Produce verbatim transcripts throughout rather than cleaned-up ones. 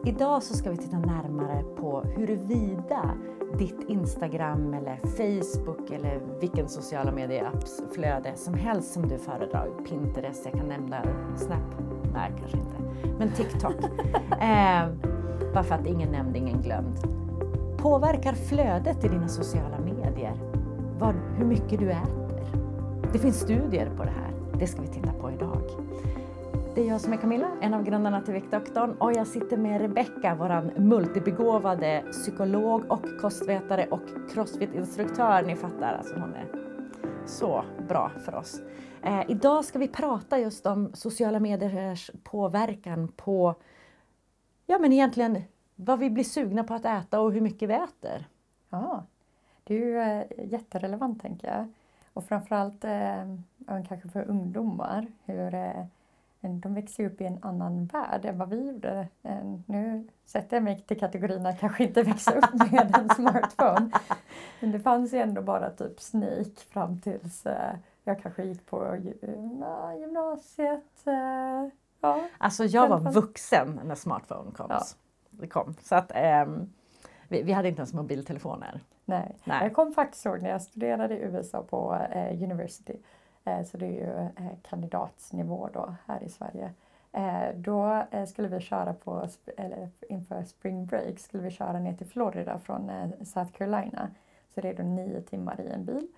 Idag så ska vi titta närmare på huruvida ditt Instagram eller Facebook eller vilken sociala medieappsflöde som helst som du föredrar, Pinterest, jag kan nämna Snap, nej kanske inte, men TikTok, eh, bara för att ingen nämnd, ingen glömd, påverkar flödet i dina sociala medier, vad, hur mycket du äter. Det finns studier på det här, det ska vi titta på idag. Det är jag som är Camilla, en av grundarna till Viktdoktorn, och jag sitter med Rebecca, våran multibegåvade psykolog och kostvetare och crossfit-instruktör. Ni fattar, alltså hon är så bra för oss. Eh, idag ska vi prata just om sociala mediers påverkan på, ja men egentligen vad vi blir sugna på att äta och hur mycket vi äter. Ja, det är ju äh, jätterelevant tänker jag. Och framförallt äh, kanske för ungdomar, hur äh, de växer upp i en annan värld än vad vi gjorde. Nu sätter jag mig till kategorierna kanske inte växa upp med en smartphone. Men det fanns ju ändå bara typ Snake fram tills jag kanske gick på gymnasiet. Ja, alltså jag var vuxen när smartphone kom. Ja. Det kom. Så att um, vi, vi hade inte ens mobiltelefoner. Nej. Nej, jag kom faktiskt ihåg när jag studerade i U S A på uh, University. Så det är ju kandidatsnivå då här i Sverige. Då skulle vi köra på, eller inför spring break skulle vi köra ner till Florida från South Carolina. Så det är då nio timmar i en bil.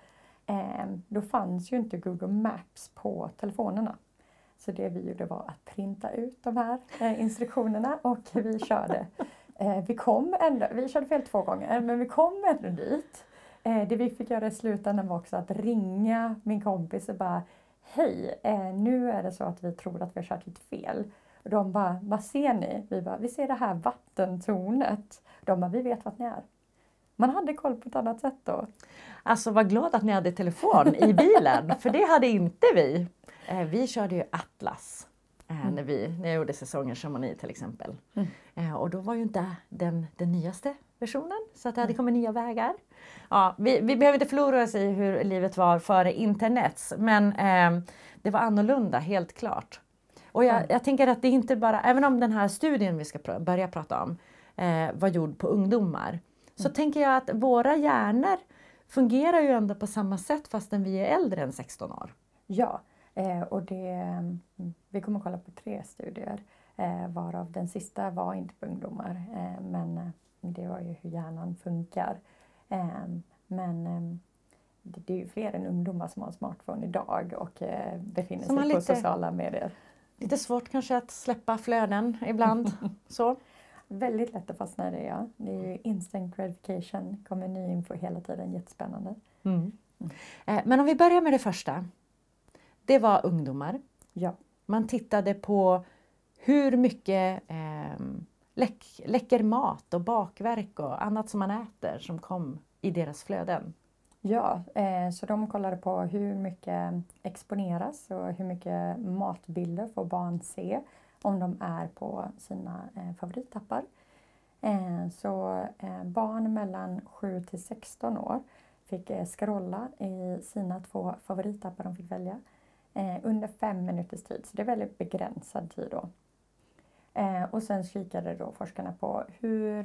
Då fanns ju inte Google Maps på telefonerna. Så det vi gjorde var att printa ut de här instruktionerna och vi körde. Vi kom ändå, vi körde fel två gånger men vi kom ändå dit. Det vi fick göra i slutändan var också att ringa min kompis och bara hej, nu är det så att vi tror att vi har kört lite fel. Och de bara, vad ser ni? Vi bara, vi ser det här vattentornet. De bara, vi vet vad ni är. Man hade koll på ett annat sätt då. Alltså vad glad att ni hade telefon i bilen, för det hade inte vi. Vi körde ju Atlas. Mm. När, vi, när jag gjorde säsongen Chamonix till exempel. Mm. Och då var ju inte den, den nyaste versionen. Så att det hade kommit nya vägar. Ja, vi, vi behöver inte förlora oss i hur livet var före internet. Men eh, det var annorlunda, helt klart. Och jag, jag tänker att det är inte bara, även om den här studien vi ska pr- börja prata om eh, var gjord på ungdomar. Mm. Så tänker jag att våra hjärnor fungerar ju ändå på samma sätt fastän vi är äldre än sexton år. Ja. Eh, och det, vi kommer att kolla på tre studier eh, varav den sista var inte på ungdomar eh, men eh, det var ju hur hjärnan funkar. Eh, men eh, det, det är ju fler än ungdomar som har en smartphone idag och eh, befinner som sig på lite, sociala medier. Lite svårt kanske att släppa flöden ibland. Så. Väldigt lätt att fastna i det, ja. Det är ju instant gratification, kommer ny info hela tiden, jättespännande. Mm. Mm. Eh, men om vi börjar med det första. Det var ungdomar. Ja. Man tittade på hur mycket eh, läck, läcker mat och bakverk och annat som man äter som kom i deras flöden. Ja, eh, så de kollade på hur mycket exponeras och hur mycket matbilder får barn se om de är på sina eh, favoritappar. Eh, så eh, barn mellan sju till sexton år fick eh, scrolla i sina två favoritappar de fick välja. Eh, under fem minuters tid, så det är väldigt begränsad tid då. Eh, och sen kikade då forskarna på hur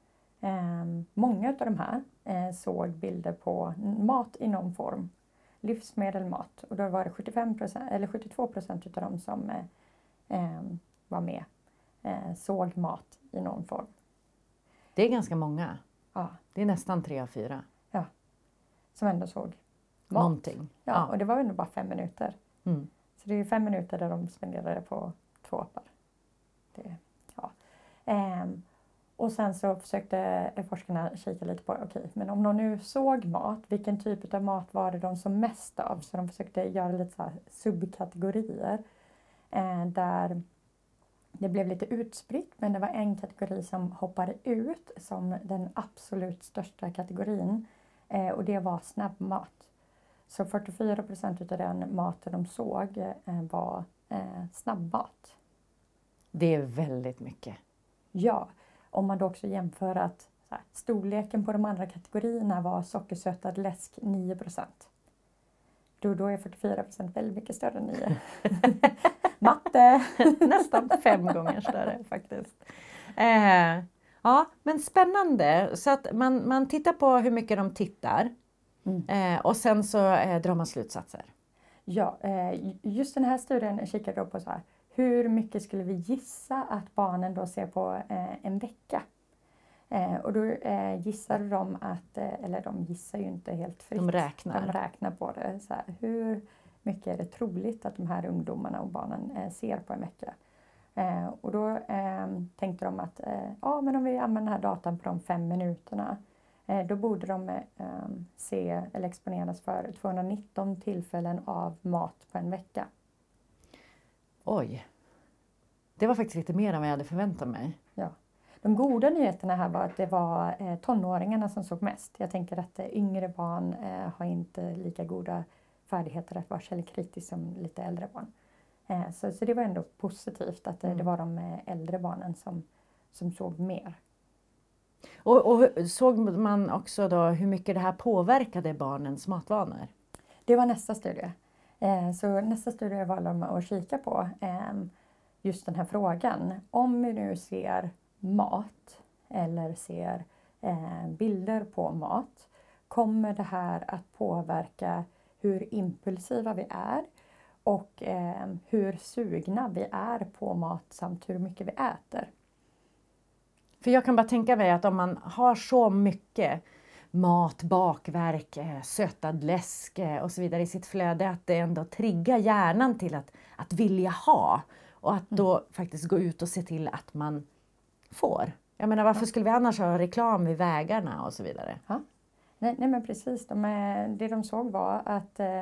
eh, många av de här eh, såg bilder på mat i någon form. Livsmedel, mat. Och då var det sjuttiofem procent, eller sjuttiotvå procent av dem som eh, eh, var med eh, såg mat i någon form. Det är ganska många. Ja. Det är nästan tre av fyra. Ja, som ändå såg mat. Någonting. Ja, ja. Och det var ändå bara fem minuter. Mm. Så det är fem minuter där de spenderade på två appar. Det, ja. ehm, och sen så försökte forskarna kika lite på, okej, okay, men om de nu såg mat, vilken typ av mat var det de som mest av? Så de försökte göra lite så här subkategorier. Eh, där det blev lite utspritt, men det var en kategori som hoppade ut som den absolut största kategorin. Eh, och det var snabbmat. Så fyrtiofyra procent av den maten de såg eh, var eh, snabbmat. Det är väldigt mycket. Ja, om man då också jämför att så här, storleken på de andra kategorierna var sockersötad läsk nio procent. Då, då är fyrtiofyra procent väldigt mycket större än nio. Matte! Nästan fem gånger större faktiskt. Eh, ja, men spännande. Så att man, man tittar på hur mycket de tittar. Mm. Eh, och sen så eh, drar man slutsatser. Ja, eh, just den här studien kikade då på så här. Hur mycket skulle vi gissa att barnen då ser på eh, en vecka? Eh, och då eh, gissade de att, eh, eller de gissar ju inte helt fritt. De räknar. De räknar på det. Så här, hur mycket är det troligt att de här ungdomarna och barnen eh, ser på en vecka? Eh, och då eh, tänkte de att eh, ja, men om vi använder den här datan på de fem minuterna. Eh, då borde de eh, se eller exponeras för tvåhundranitton tillfällen av mat på en vecka. Oj. Det var faktiskt lite mer än vad jag hade förväntat mig. Ja. De goda nyheterna här var att det var eh, tonåringarna som såg mest. Jag tänker att eh, yngre barn eh, har inte lika goda färdigheter att vara källkritisk som lite äldre barn. Eh, så, så det var ändå positivt att eh, Mm. det var de eh, äldre barnen som, som såg mer. Och, och såg man också då hur mycket det här påverkade barnens matvanor? Det var nästa studie. Eh, så nästa studie valde de att kika på eh, just den här frågan. Om vi nu ser mat eller ser eh, bilder på mat, kommer det här att påverka hur impulsiva vi är och eh, hur sugna vi är på mat samt hur mycket vi äter. För jag kan bara tänka mig att om man har så mycket mat, bakverk, eh, sötad läsk eh, och så vidare i sitt flöde, att det ändå triggar hjärnan till att, att vilja ha. Och att då mm. faktiskt gå ut och se till att man får. Jag menar, varför skulle vi annars ha reklam vid vägarna och så vidare? Ja. Nej, nej men precis, de, det de såg var att eh,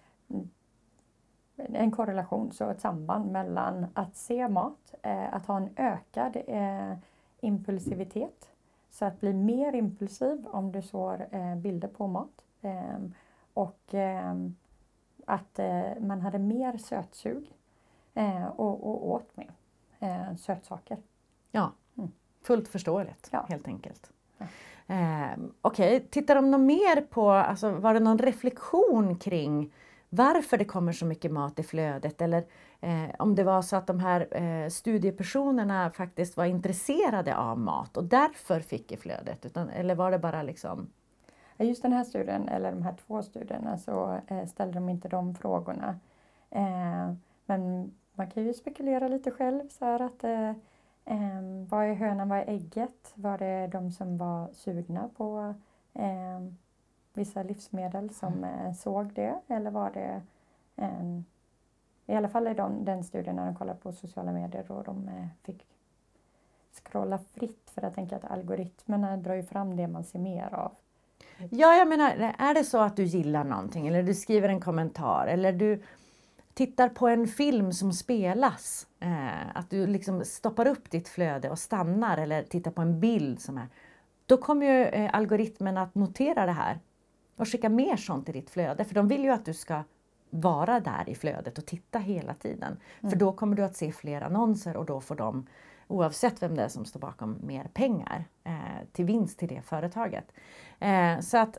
en korrelation, så ett samband mellan att se mat, eh, att ha en ökad eh, impulsivitet. Så att bli mer impulsiv om du såg eh, bilder på mat. Eh, och eh, att eh, man hade mer sötsug eh, och, och åt mer eh, sötsaker. Ja, Mm. fullt förståeligt Ja. helt enkelt. Ja. Eh, Okej, okay. Tittar de något mer på, alltså, var det någon reflektion kring varför det kommer så mycket mat i flödet? Eller eh, om det var så att de här eh, studiepersonerna faktiskt var intresserade av mat och därför fick i flödet? Utan, eller var det bara liksom... Just den här studien, eller de här två studierna, så eh, ställde de inte de frågorna. Eh, men man kan ju spekulera lite själv. Så här att, eh, eh, vad är hönan, vad är ägget? Var det de som var sugna på eh, vissa livsmedel som eh, såg det? Eller var det... Eh, I alla fall är de, den studien när de kollade på sociala medier och de eh, fick scrolla fritt. För jag tänker att algoritmerna drar ju fram det man ser mer av. Ja, jag menar, är det så att du gillar någonting eller du skriver en kommentar eller du tittar på en film som spelas, eh, att du liksom stoppar upp ditt flöde och stannar eller tittar på en bild som är, då kommer ju eh, algoritmen att notera det här och skicka mer sånt i ditt flöde, för de vill ju att du ska vara där i flödet och titta hela tiden. Mm. För då kommer du att se fler annonser och då får de, oavsett vem det är som står bakom, mer pengar eh, till vinst till det företaget. Eh, så att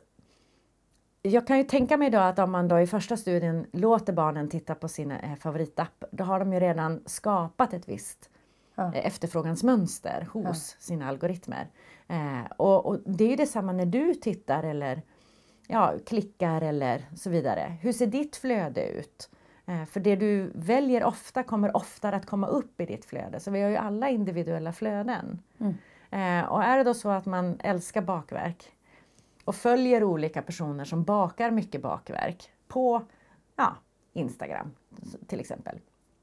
jag kan ju tänka mig då att om man då i första studien låter barnen titta på sin eh, favoritapp, då har de ju redan skapat ett visst ja. eh, efterfrågansmönster hos ja. sina algoritmer. Eh, och, och det är ju detsamma när du tittar eller ja, klickar eller så vidare. Hur ser ditt flöde ut? Eh, för det du väljer ofta kommer oftare att komma upp i ditt flöde. Så vi har ju alla individuella flöden. Mm. Eh, och är det då så att man älskar bakverk och följer olika personer som bakar mycket bakverk på ja, Instagram till exempel.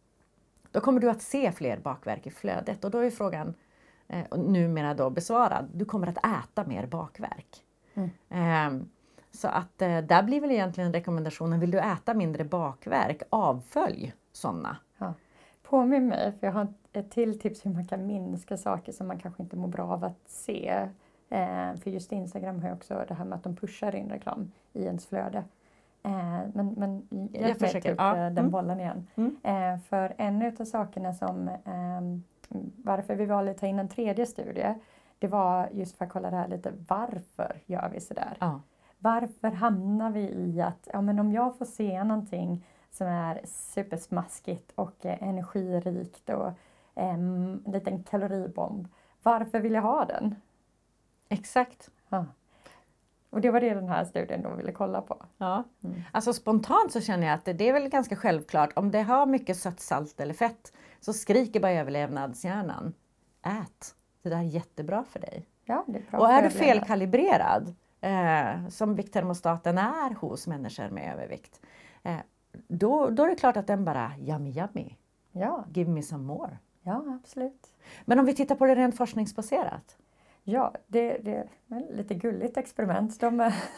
Då kommer du att se fler bakverk i flödet. Och då är frågan eh, numera då besvarad. Du kommer att äta mer bakverk. Mm. Eh, Så att eh, där blir väl egentligen rekommendationen, vill du äta mindre bakverk, avfölj sådana. Ja. Påminn mig, för jag har ett till tips hur man kan minska saker som man kanske inte mår bra av att se. Eh, för just Instagram har ju också det här med att de pushar in reklam i ens flöde. Eh, men men jag, jag försöker ta upp ja. den mm. bollen igen. Mm. Eh, för en av sakerna som, eh, varför vi valde att ta in en tredje studie, det var just för att kolla det här lite, varför gör vi sådär? Ja. Varför hamnar vi i att ja, men om jag får se någonting som är supersmaskigt och eh, energirikt och eh, en liten kaloribomb, varför vill jag ha den? Exakt. Ja. Och det var det den här studien de ville kolla på. Ja. Mm. Alltså spontant så känner jag att det, det är väl ganska självklart. Om det har mycket sött, salt eller fett så skriker bara överlevnadshjärnan. Ät. Det där är jättebra för dig. Ja, det är bra och för är du överlevnad. felkalibrerad, eh, som vikttermostaten är hos människor med övervikt. Eh, då, då är det klart att den bara, yummy yummy. Ja, Give me some more. ja, absolut. Men om vi tittar på det rent forskningsbaserat. Ja, det, det är ett lite gulligt experiment. De,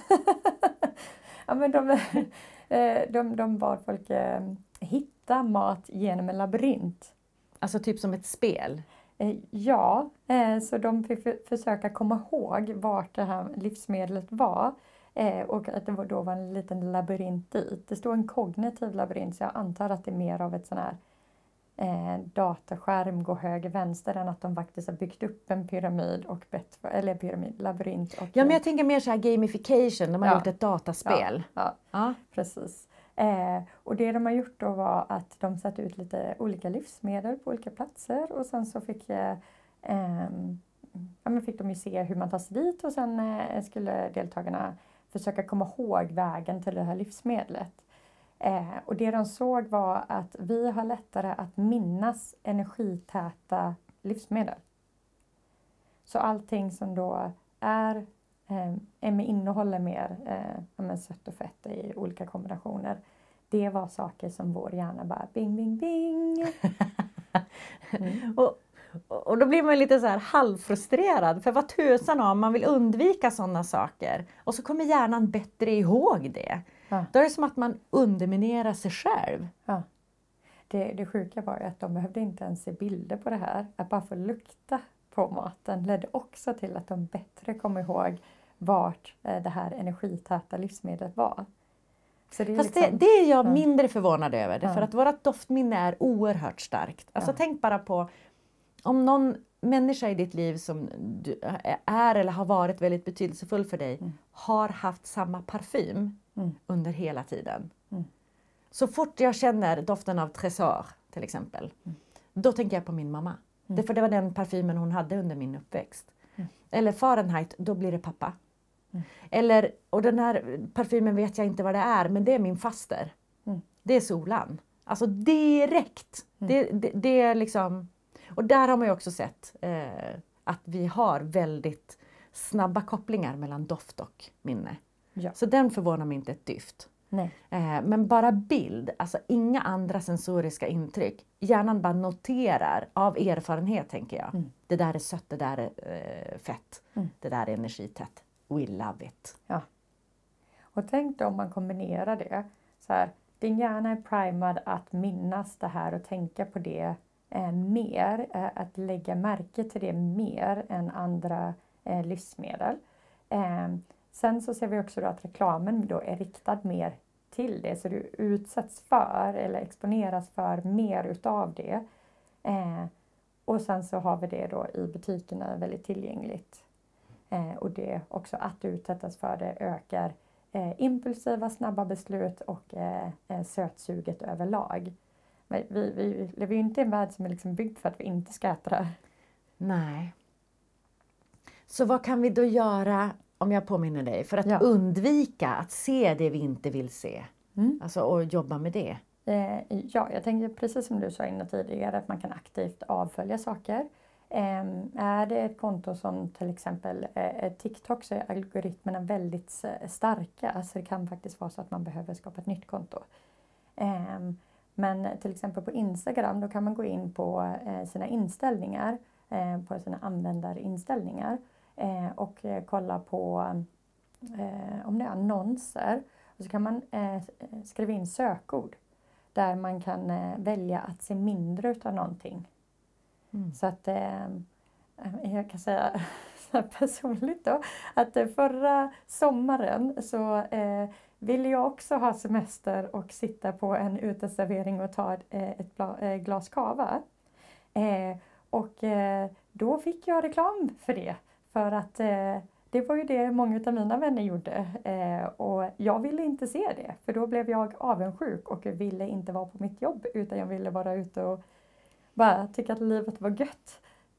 ja, men de, de, de bad folk eh, hitta mat genom en labyrint. Alltså typ som ett spel. Eh, ja, eh, så de fick för, försöka komma ihåg vart det här livsmedlet var. Eh, och att det var, då var en liten labyrint dit. Det står en kognitiv labyrint, så jag antar att det är mer av ett sån här Eh, dataskärm går höger vänster än att de faktiskt har byggt upp en pyramid och bett för, eller pyramid, labyrint. Och, Ja, men jag tänker mer så här gamification, de har Ja. gjort ett dataspel. Ja, Ja. precis. Eh, och det de har gjort då var att de satte ut lite olika livsmedel på olika platser och sen så fick, eh, eh, ja, men fick de ju se hur man tar sig dit och sen eh, skulle deltagarna försöka komma ihåg vägen till det här livsmedlet. Eh, och det de såg var att vi har lättare att minnas energitäta livsmedel. Så allting som då är, eh, är med innehåller mer eh, men sött och fett i olika kombinationer. Det var saker som vår hjärna bara bing, bing, bing. Mm. och, och då blir man lite så här halvfrustrerad. För vad tusan om man vill undvika sådana saker. Och så kommer hjärnan bättre ihåg det. Ja. Då är det som att man underminerar sig själv. Ja. Det, det sjuka var ju att de behövde inte ens se bilder på det här. Att bara få lukta på maten ledde också till att de bättre kom ihåg vart det här energitäta livsmedlet var. Så det är Fast liksom, det, det är jag ja. mindre förvånad över. Ja. För att vårt doftminne är oerhört starkt. Alltså Ja. tänk bara på om någon människa i ditt liv som du är eller har varit väldigt betydelsefull för dig. Mm. Har haft samma parfym Mm. under hela tiden. Mm. Så fort jag känner doften av Tresor till exempel. Mm. Då tänker jag på min mamma. Mm. Det, för det var den parfymen hon hade under min uppväxt. Mm. Eller Fahrenheit, då blir det pappa. Mm. Eller, och den här parfymen vet jag inte vad det är, men det är min faster. Mm. Det är Solan. Alltså direkt. Mm. Det, det, det är liksom... Och där har man ju också sett eh, att vi har väldigt snabba kopplingar mellan doft och minne. Ja. Så den förvånar mig inte ett dyft. Nej. Eh, men bara bild, alltså inga andra sensoriska intryck. Hjärnan bara noterar av erfarenhet, tänker jag. Mm. Det där är sött, det där är eh, fett, Mm. det där är energitätt. We love it. Ja. Och tänk då om man kombinerar det. Så här, din hjärna är primad att minnas det här och tänka på det eh, mer. Eh, att lägga märke till det mer än andra eh, livsmedel. Eh, sen så ser vi också då att reklamen då är riktad mer till det. Så du utsätts för eller exponeras för mer utav det. Eh, och sen så har vi det då i butikerna väldigt tillgängligt. Eh, och det också att utsättas för det ökar eh, impulsiva snabba beslut och eh, eh, sötsuget överlag. Men vi, vi lever ju inte i en värld som är liksom byggd för att vi inte ska äta det här. Nej. Så vad kan vi då göra, om jag påminner dig, för att Ja. undvika att se det vi inte vill se? Mm. Alltså och jobba med det. Eh, ja, jag tänkte precis som du sa innan tidigare att man kan aktivt avfölja saker. Eh, är det ett konto som till exempel eh, TikTok så är algoritmerna väldigt eh, starka. Så det kan faktiskt vara så att man behöver skapa ett nytt konto. Eh, men till exempel på Instagram då kan man gå in på eh, sina inställningar. Eh, på sina användarinställningar. Eh, och eh, kolla på eh, om det är annonser. Och så kan man eh, skriva in sökord. Där man kan eh, välja att se mindre utav någonting. Mm. Så att eh, jag kan säga så här personligt då. Att eh, förra sommaren så eh, ville jag också ha semester och sitta på en uteservering och ta eh, ett bla, eh, glas kava. Eh, och eh, då fick jag reklam för det. För att eh, det var ju det många av mina vänner gjorde. Eh, och jag ville inte se det. För då blev jag avundsjuk och ville inte vara på mitt jobb. Utan jag ville vara ute och bara tycka att livet var gött.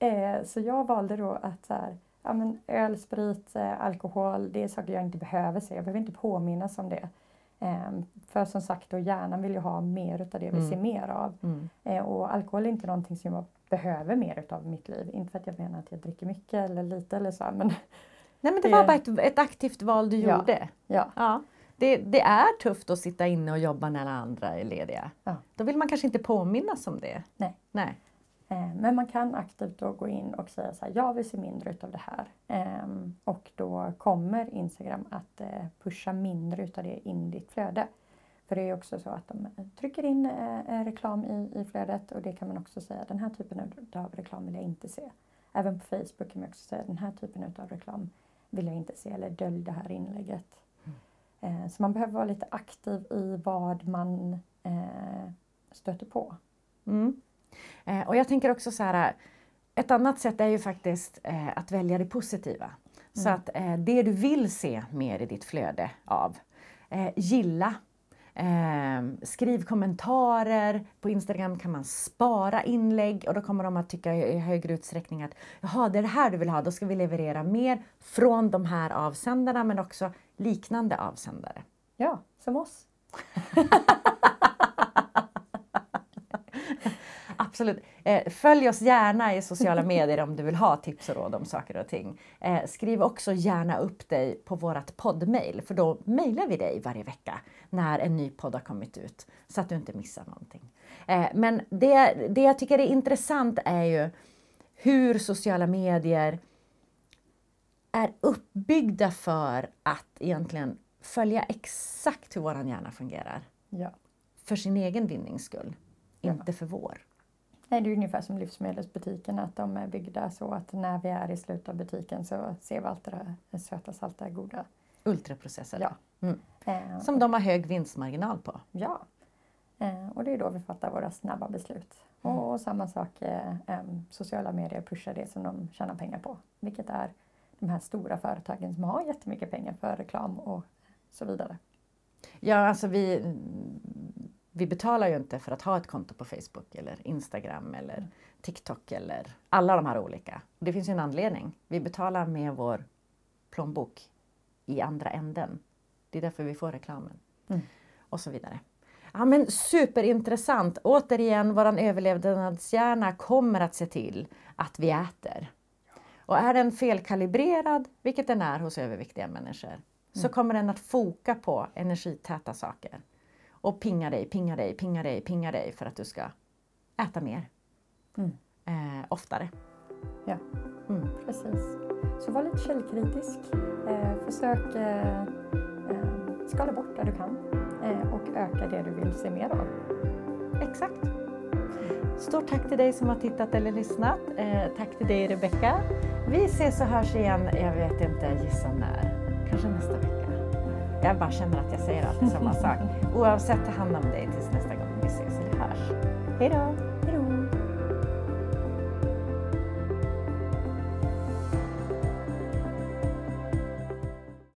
Eh, så jag valde då att så här, ja, men öl, sprit, eh, alkohol, det är saker jag inte behöver se. Jag behöver inte påminnas om det. Eh, för som sagt, då hjärnan vill ju ha mer utav det vi Mm. ser mer av. Mm. Eh, och alkohol är inte någonting som jag behöver mer utav i mitt liv. Inte för att jag menar att jag dricker mycket eller lite eller så. Men Nej, men det det- var bara ett, ett aktivt val du Ja. gjorde. ja, Ja. Det, det är tufft att sitta inne och jobba när alla andra är lediga. Ja. Då vill man kanske inte påminnas om det. Nej. Nej. Eh, Men man kan aktivt då gå in och säga så här, jag vill se mindre utav det här. Ehm, Och då kommer Instagram att eh, pusha mindre utav det in i ditt flöde. För det är också så att de trycker in eh, reklam i, i flödet och det kan man också säga, den här typen av reklam vill jag inte se. Även på Facebook kan man också säga, den här typen av reklam vill jag inte se eller dölj det här inlägget. Eh, Så man behöver vara lite aktiv i vad man eh, stöter på. Mm. Eh, och jag tänker också så här, ett annat sätt är ju faktiskt eh, att välja det positiva. Så Mm. att eh, det du vill se mer i ditt flöde av, eh, gilla, eh, skriv kommentarer, på Instagram kan man spara inlägg och då kommer de att tycka i högre utsträckning att jaha, det är det här du vill ha, då ska vi leverera mer från de här avsändarna men också liknande avsändare. Ja, som oss. Absolut. Eh, följ oss gärna i sociala medier om du vill ha tips och råd om saker och ting. Eh, skriv också gärna upp dig på vårat poddmail, för då mejlar vi dig varje vecka när en ny podd har kommit ut, så att du inte missar någonting. Eh, men det, det jag tycker är intressant är ju hur sociala medier är uppbyggda för att egentligen följa exakt hur våran hjärna fungerar. Ja. För sin egen vinnings skull, Ja. inte för vår. Nej, det är ungefär som livsmedelsbutiken, att de är byggda så att när vi är i slutet av butiken så ser vi allt det där söta, salta, goda. Ultraprocessade. Ja. Mm. Eh, Som de har hög vinstmarginal på. Ja, eh, och det är då vi fattar våra snabba beslut. Mm. Och, och samma sak, eh, em, sociala medier pushar det som de tjänar pengar på. Vilket är de här stora företagen som har jättemycket pengar för reklam och så vidare. Ja, alltså vi, vi betalar ju inte för att ha ett konto på Facebook eller Instagram eller TikTok eller alla de här olika. Det finns ju en anledning. Vi betalar med vår plånbok i andra änden. Det är därför vi får reklamen. Mm. Och så vidare. Ja, men superintressant. Återigen, våran överlevnadshjärna kommer att se till att vi äter. Och är den felkalibrerad, vilket den är hos överviktiga människor, mm. så kommer den att foka på energitäta saker. Och pinga dig, pinga dig, pinga dig, pinga dig för att du ska äta mer. Mm. Eh, oftare. Ja, Mm. precis. Så var lite källkritisk. Eh, försök eh, eh, skala bort det du kan. Eh, och öka det du vill se mer av. Exakt. Stort tack till dig som har tittat eller lyssnat. Eh, tack till dig, Rebecka. Vi ses och hörs igen, jag vet inte, gissa när. Kanske nästa vecka. Jag bara känner att jag säger alltid samma sak. Oavsett, ta hand om dig tills nästa gång vi ses eller hörs. Hej då!